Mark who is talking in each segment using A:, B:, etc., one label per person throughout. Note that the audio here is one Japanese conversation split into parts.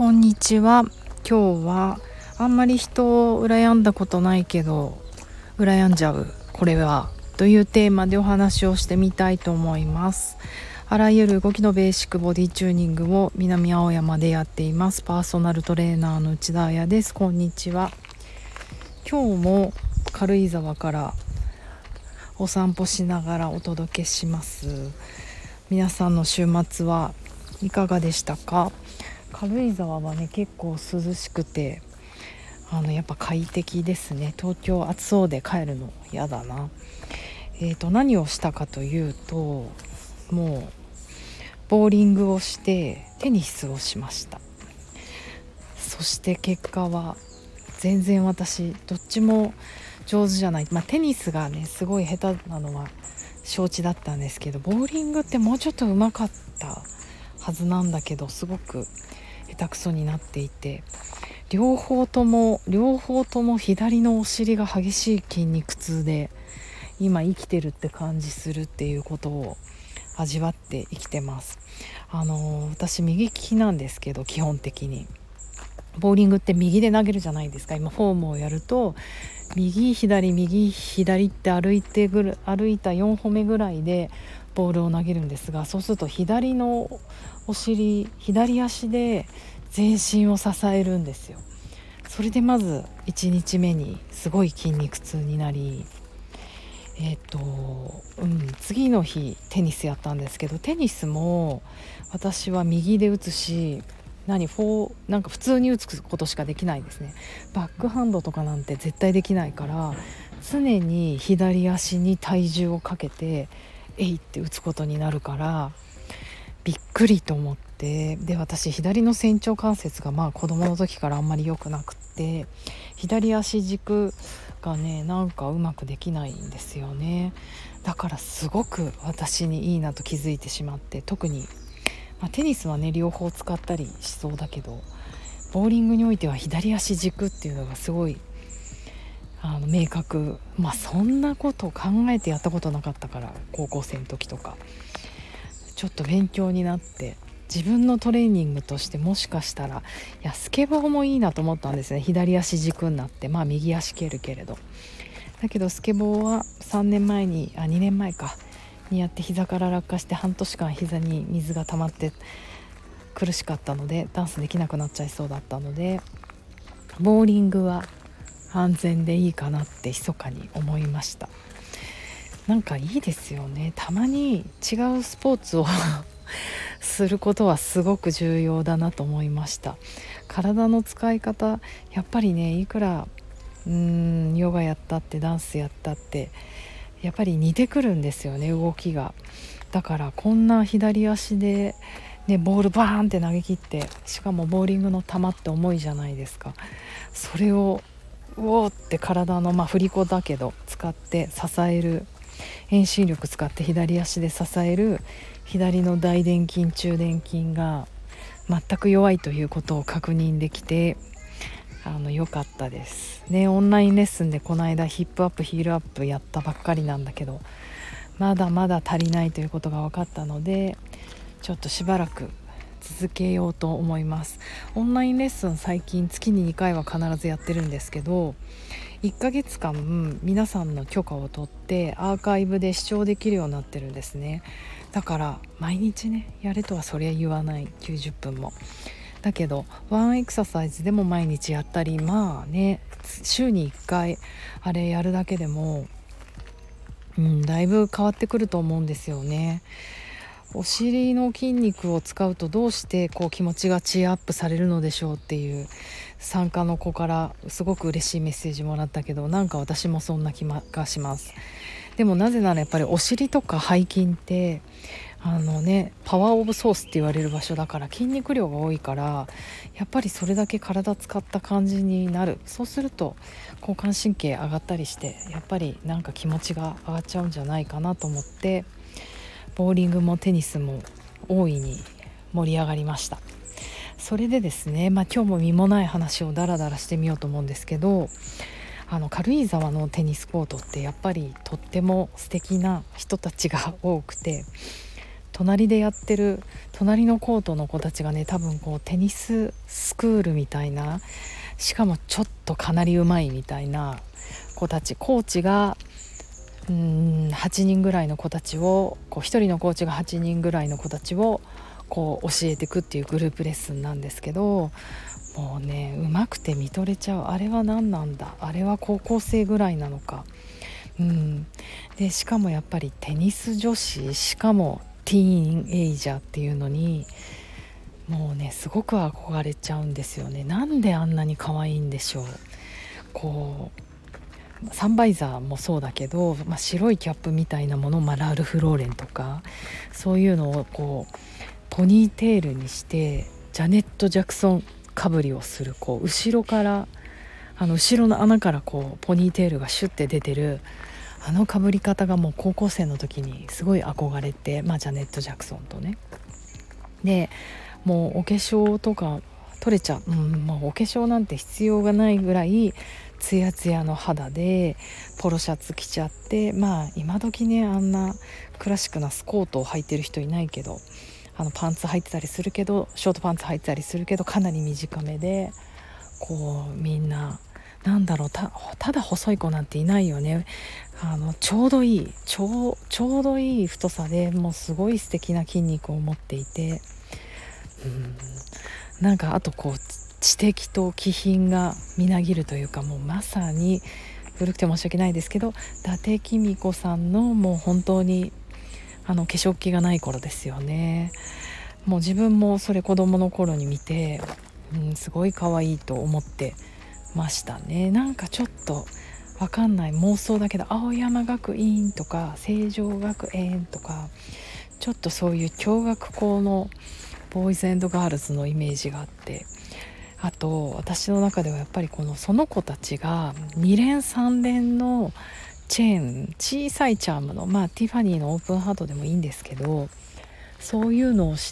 A: こんにちは。今日はあんまり人を羨んだことないけど羨んじゃうこれはというテーマでお話をしてみたいと思います。あらゆる動きのベーシックボディチューニングを南青山でやっていますパーソナルトレーナーの内田彩です。こんにちは。今日も軽井沢からお散歩しながらお届けします。皆さんの週末はいかがでしたか？軽井沢はね結構涼しくてやっぱ快適ですね。東京暑そうで帰るの嫌だな。何をしたかというと、もうボーリングをしてテニスをしました。そして結果は全然私どっちも上手じゃない、テニスがねすごい下手なのは承知だったんですけど、ボーリングってもうちょっと上手かったはずなんだけど、すごく下手くそになっていて、両方とも左のお尻が激しい筋肉痛で今生きてるって感じするっていうことを味わって生きてます。私右利きなんですけど、基本的にボーリングって右で投げるじゃないですか。今フォームをやると右左って歩いた4歩目ぐらいでボールを投げるんですが、そうすると左のお尻、左足で全身を支えるんですよ。それでまず1日目にすごい筋肉痛になり、次の日テニスやったんですけど、テニスも私は右で打つし、なんか普通に打つことしかできないですね。バックハンドとかなんて絶対できないから、常に左足に体重をかけてえいって打つことになるからびっくりと思って、で私左の仙腸関節が子供の時からあんまり良くなくって、左足軸がねなんかうまくできないんですよね。だからすごく私にいいなと気づいてしまって、特にテニスはね両方使ったりしそうだけど、ボーリングにおいては左足軸っていうのがすごい明確。そんなことを考えてやったことなかったから、高校生の時とかちょっと勉強になって、自分のトレーニングとしてもしかしたらスケボーもいいなと思ったんですね。左足軸になって右足蹴るけれど、だけどスケボーは2年前にやって膝から落下して半年間膝に水が溜まって苦しかったのでダンスできなくなっちゃいそうだったので、ボーリングは安全でいいかなって密かに思いました。なんかいいですよね。たまに違うスポーツをすることはすごく重要だなと思いました。体の使い方やっぱりね、いくらヨガやったってダンスやったってやっぱり似てくるんですよね、動きが。だからこんな左足で、ボールバーンって投げ切って、しかもボーリングの球って重いじゃないですか。それをうおーって体の振り子だけど使って支える、遠心力使って左足で支える左の大臀筋中臀筋が全く弱いということを確認できて良かったですね。オンラインレッスンでこの間ヒップアップヒールアップやったばっかりなんだけど、まだまだ足りないということが分かったので、ちょっとしばらく続けようと思います。オンラインレッスン最近月に2回は必ずやってるんですけど、1ヶ月間皆さんの許可を取ってアーカイブで視聴できるようになってるんですね。だから毎日ねやれとはそりゃ言わない、90分もだけどワンエクササイズでも毎日やったり、週に1回あれやるだけでもだいぶ変わってくると思うんですよね。お尻の筋肉を使うとどうして気持ちがチアアップされるのでしょうっていう参加の子からすごく嬉しいメッセージもらったけど、なんか私もそんな気がします。でもなぜならやっぱりお尻とか背筋ってパワーオブソースって言われる場所だから筋肉量が多いから、やっぱりそれだけ体使った感じになる。そうすると交感神経上がったりして、やっぱりなんか気持ちが上がっちゃうんじゃないかなと思って、ボーリングもテニスも大いに盛り上がりました。それでですね、今日も身もない話をダラダラしてみようと思うんですけど、軽井沢のテニスコートってやっぱりとっても素敵な人たちが多くて、 隣でやってる隣のコートの子たちがね、多分こうテニススクールみたいな、しかもちょっとかなりうまいみたいな子たち、コーチが8人ぐらいの子たちをこう1人のコーチが8人ぐらいの子たちをこう教えていくっていうグループレッスンなんですけど、もうねうまくて見とれちゃう。あれは何なんだ、あれは高校生ぐらいなのか。でしかもやっぱりテニス女子、しかもティーンエイジャーっていうのにもうねすごく憧れちゃうんですよね。なんであんなに可愛いんでしょう。こうサンバイザーもそうだけど、白いキャップみたいなものを、ラルフ・ローレンとかそういうのをこうポニーテールにしてジャネット・ジャクソンかぶりをする、こう後ろから後ろの穴からこうポニーテールがシュッて出てるかぶり方がもう高校生の時にすごい憧れて、ジャネット・ジャクソンとね。でもうお化粧とか取れちゃう、もうお化粧なんて必要がないぐらいツヤツヤの肌でポロシャツ着ちゃって、今時ねあんなクラシックなスコートを履いてる人いないけど、パンツ履いてたりするけど、ショートパンツ履いてたりするけどかなり短めで、こうみんななんだろう、ただ細い子なんていないよね。ちょうどいいちょうどいい太さでもうすごい素敵な筋肉を持っていて、なんかあとこう知的と気品がみなぎるというか、もうまさに古くて申し訳ないですけど伊達公子さんのもう本当に化粧気がない頃ですよね。もう自分もそれ子供の頃に見て、すごい可愛いと思ってましたね。なんかちょっとわかんない妄想だけど、青山学院とか成城学園とかちょっとそういう共学校のボーイズ&ガールズのイメージがあって、あと私の中ではやっぱりその子たちが2連3連のチェーン、小さいチャームの、ティファニーのオープンハートでもいいんですけど、そういうのをして、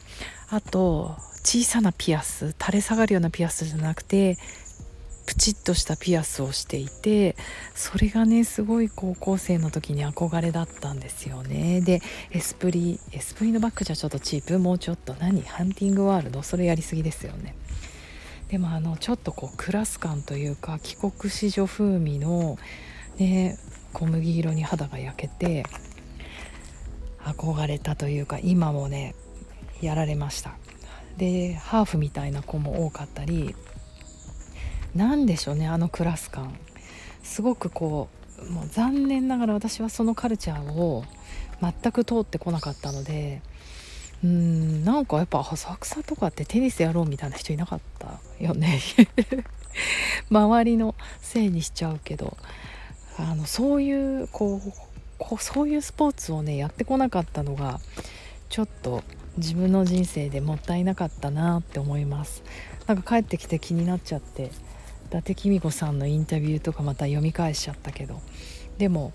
A: あと小さなピアス、垂れ下がるようなピアスじゃなくてプチッとしたピアスをしていて、それがねすごい高校生の時に憧れだったんですよね。でエスプリのバッグじゃちょっとチープ、もうちょっとハンティングワールド、それやりすぎですよね。でもちょっとこうクラス感というか帰国子女風味のね小麦色に肌が焼けて憧れたというか、今もねやられました。でハーフみたいな子も多かったり、なんでしょうね、クラス感すごくこう、もう残念ながら私はそのカルチャーを全く通ってこなかったので、なんかやっぱ浅草とかってテニスやろうみたいな人いなかったよね周りのせいにしちゃうけど、そういうそういうスポーツをねやってこなかったのがちょっと自分の人生でもったいなかったなって思います。なんか帰ってきて気になっちゃって、伊達公子さんのインタビューとかまた読み返しちゃったけど、でも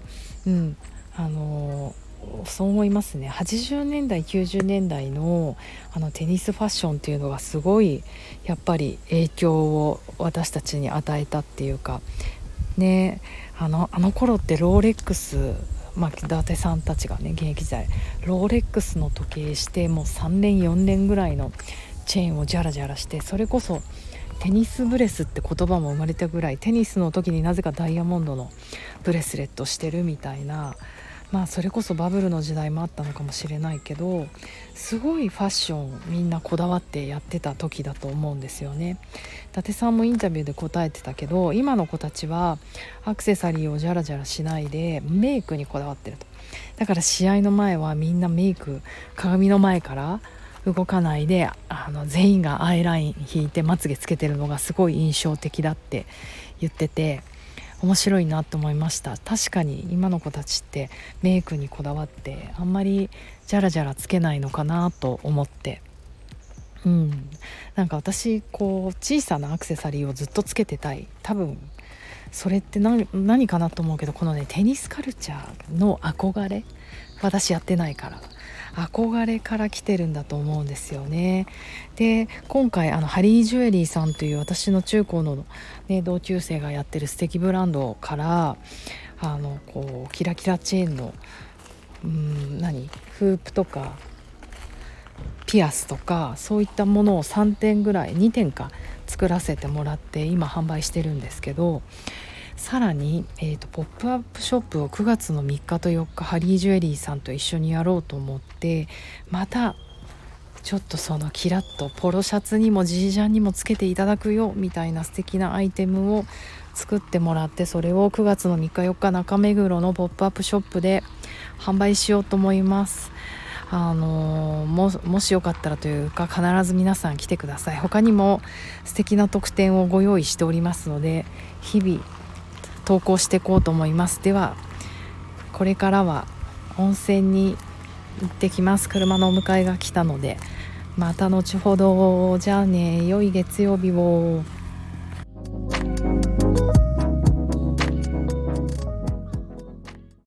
A: そう思いますね。80年代90年代のテニスファッションっていうのがすごいやっぱり影響を私たちに与えたっていうかね。あの頃ってローレックス、伊達さんたちがね現役時代ローレックスの時計してもう3連4連ぐらいのチェーンをジャラジャラして、それこそテニスブレスって言葉も生まれたぐらい、テニスの時になぜかダイヤモンドのブレスレットしてるみたいな、それこそバブルの時代もあったのかもしれないけど、すごいファッションみんなこだわってやってた時だと思うんですよね。伊達さんもインタビューで答えてたけど、今の子たちはアクセサリーをジャラジャラしないでメイクにこだわってると。だから試合の前はみんなメイク鏡の前から動かないで全員がアイライン引いてまつげつけてるのがすごい印象的だって言ってて、面白いなと思いました。確かに今の子たちってメイクにこだわってあんまりジャラジャラつけないのかなと思って、なんか私こう小さなアクセサリーをずっとつけてたい。多分それって何かなと思うけど、このねテニスカルチャーの憧れ、私やってないから憧れから来てるんだと思うんですよね。で今回ハリージュエリーさんという私の中高の、同級生がやってる素敵ブランドからこうキラキラチェーンのフープとかピアスとかそういったものを3点ぐらい2点か作らせてもらって今販売してるんですけど、さらに、ポップアップショップを9月の3日と4日ハリージュエリーさんと一緒にやろうと思って、またちょっとそのキラッとポロシャツにもジージャンにもつけていただくよみたいな素敵なアイテムを作ってもらって、それを9月の3日4日中目黒のポップアップショップで販売しようと思います。もしよかったらというか必ず皆さん来てください。他にも素敵な特典をご用意しておりますので、日々投稿していこうと思います。ではこれからは温泉に行ってきます。車のお迎えが来たので、また後ほど。じゃあね、良い月曜日を。